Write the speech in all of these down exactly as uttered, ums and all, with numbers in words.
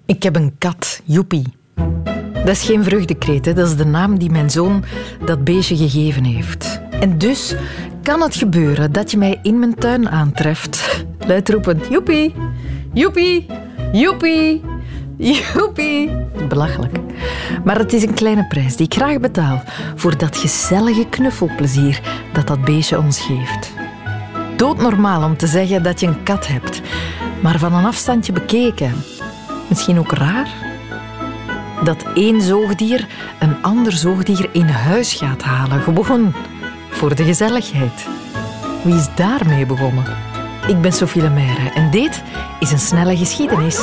Ik heb een kat, Joepie. Dat is geen vreugdekreet, hè. Dat is de naam die mijn zoon dat beestje gegeven heeft. En dus kan het gebeuren dat je mij in mijn tuin aantreft. Luidroepend, Joepie, Joepie, Joepie, Joepie. Belachelijk. Maar het is een kleine prijs die ik graag betaal voor dat gezellige knuffelplezier dat dat beestje ons geeft. Doodnormaal om te zeggen dat je een kat hebt, maar van een afstandje bekeken. Misschien ook raar? Dat één zoogdier een ander zoogdier in huis gaat halen. Gewoon voor de gezelligheid. Wie is daarmee begonnen? Ik ben Sophie Lemaire en dit is een snelle geschiedenis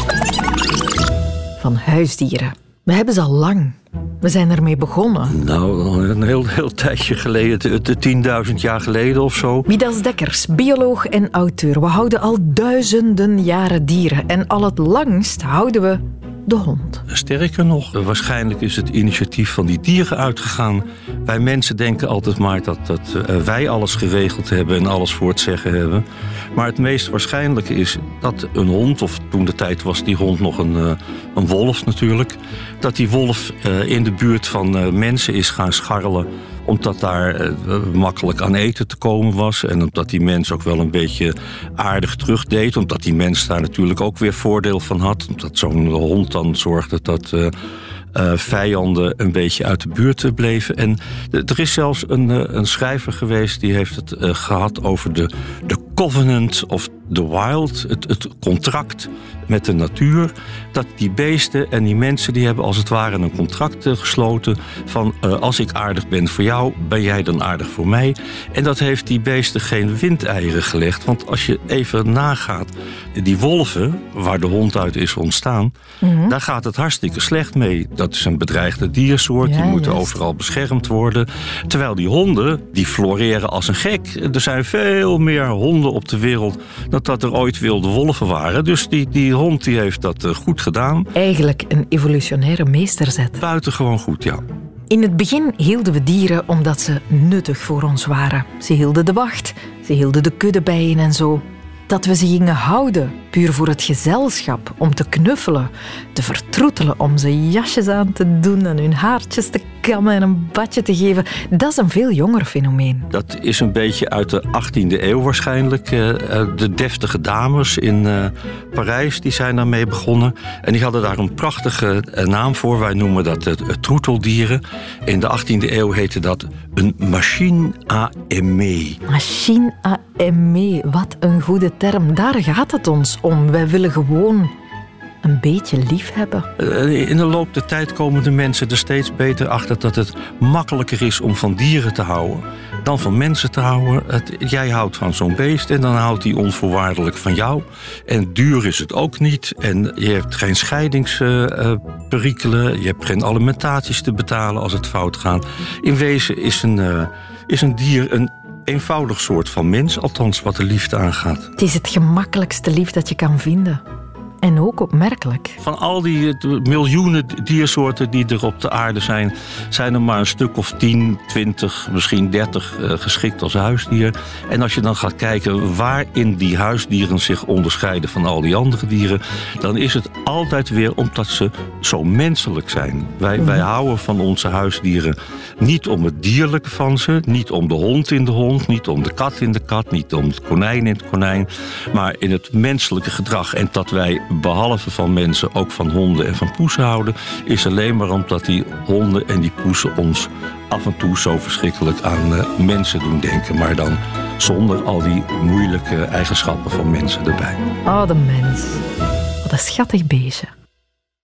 van huisdieren. We hebben ze al lang. We zijn ermee begonnen. Nou, een heel, heel tijdje geleden, de tienduizend jaar geleden of zo. Midas Dekkers, bioloog en auteur. We houden al duizenden jaren dieren. En al het langst houden we de hond. Sterker nog, waarschijnlijk is het initiatief van die dieren uitgegaan. Wij mensen denken altijd maar dat, dat wij alles geregeld hebben en alles voor het zeggen hebben. Maar het meest waarschijnlijke is dat een hond, of toen de tijd was die hond nog een, een wolf natuurlijk, dat die wolf in de buurt van mensen is gaan scharrelen, omdat daar uh, makkelijk aan eten te komen was. En omdat die mens ook wel een beetje aardig terugdeed. Omdat die mens daar natuurlijk ook weer voordeel van had. Omdat zo'n hond dan zorgde dat uh, uh, vijanden een beetje uit de buurt bleven. En uh, er is zelfs een, uh, een schrijver geweest die heeft het uh, gehad over de, de Covenant of the Wild. Het, het contract met de natuur. Dat die beesten en die mensen die hebben als het ware een contract gesloten van uh, als ik aardig ben voor jou, ben jij dan aardig voor mij. En dat heeft die beesten geen windeieren gelegd. Want als je even nagaat, die wolven, waar de hond uit is ontstaan, mm-hmm. daar gaat het hartstikke slecht mee. Dat is een bedreigde diersoort, ja, die moeten juist overal beschermd worden. Terwijl die honden, die floreren als een gek. Er zijn veel meer honden op de wereld dan dat er ooit wilde wolven waren. Dus die, die hond die heeft dat goed gedaan. Eigenlijk een evolutionaire meesterzet. Buitengewoon goed, ja. In het begin hielden we dieren omdat ze nuttig voor ons waren. Ze hielden de wacht, ze hielden de kudde bijen en zo. Dat we ze gingen houden, puur voor het gezelschap, om te knuffelen, te vertroetelen, om ze jasjes aan te doen en hun haartjes te kammen en een badje te geven. Dat is een veel jonger fenomeen. Dat is een beetje uit de achttiende eeuw waarschijnlijk. De deftige dames in Parijs die zijn daarmee begonnen. En die hadden daar een prachtige naam voor. Wij noemen dat het troeteldieren. In de achttiende eeuw heette dat een machine à aimer. Machine à aimer, wat een goede term. Daar gaat het ons om. Wij willen gewoon een beetje lief hebben. In de loop der tijd komen de mensen er steeds beter achter dat het makkelijker is om van dieren te houden dan van mensen te houden. Het, jij houdt van zo'n beest en dan houdt hij onvoorwaardelijk van jou. En duur is het ook niet. En je hebt geen scheidingsperikelen. Uh, je hebt geen alimentaties te betalen als het fout gaat. In wezen is een, uh, is een dier een eenvoudig soort van mens, althans wat de liefde aangaat. Het is het gemakkelijkste lief dat je kan vinden. En ook opmerkelijk. Van al die miljoenen diersoorten die er op de aarde zijn, zijn er maar een stuk of tien, twintig, misschien dertig uh, geschikt als huisdier. En als je dan gaat kijken waarin die huisdieren zich onderscheiden van al die andere dieren, dan is het altijd weer omdat ze zo menselijk zijn. Wij, wij houden van onze huisdieren niet om het dierlijke van ze, niet om de hond in de hond, niet om de kat in de kat, niet om het konijn in het konijn, maar in het menselijke gedrag. En dat wij behalve van mensen ook van honden en van poesen houden, is alleen maar omdat die honden en die poesen ons af en toe zo verschrikkelijk aan uh, mensen doen denken, maar dan zonder al die moeilijke eigenschappen van mensen erbij. Oh, de mens. Wat een schattig beestje.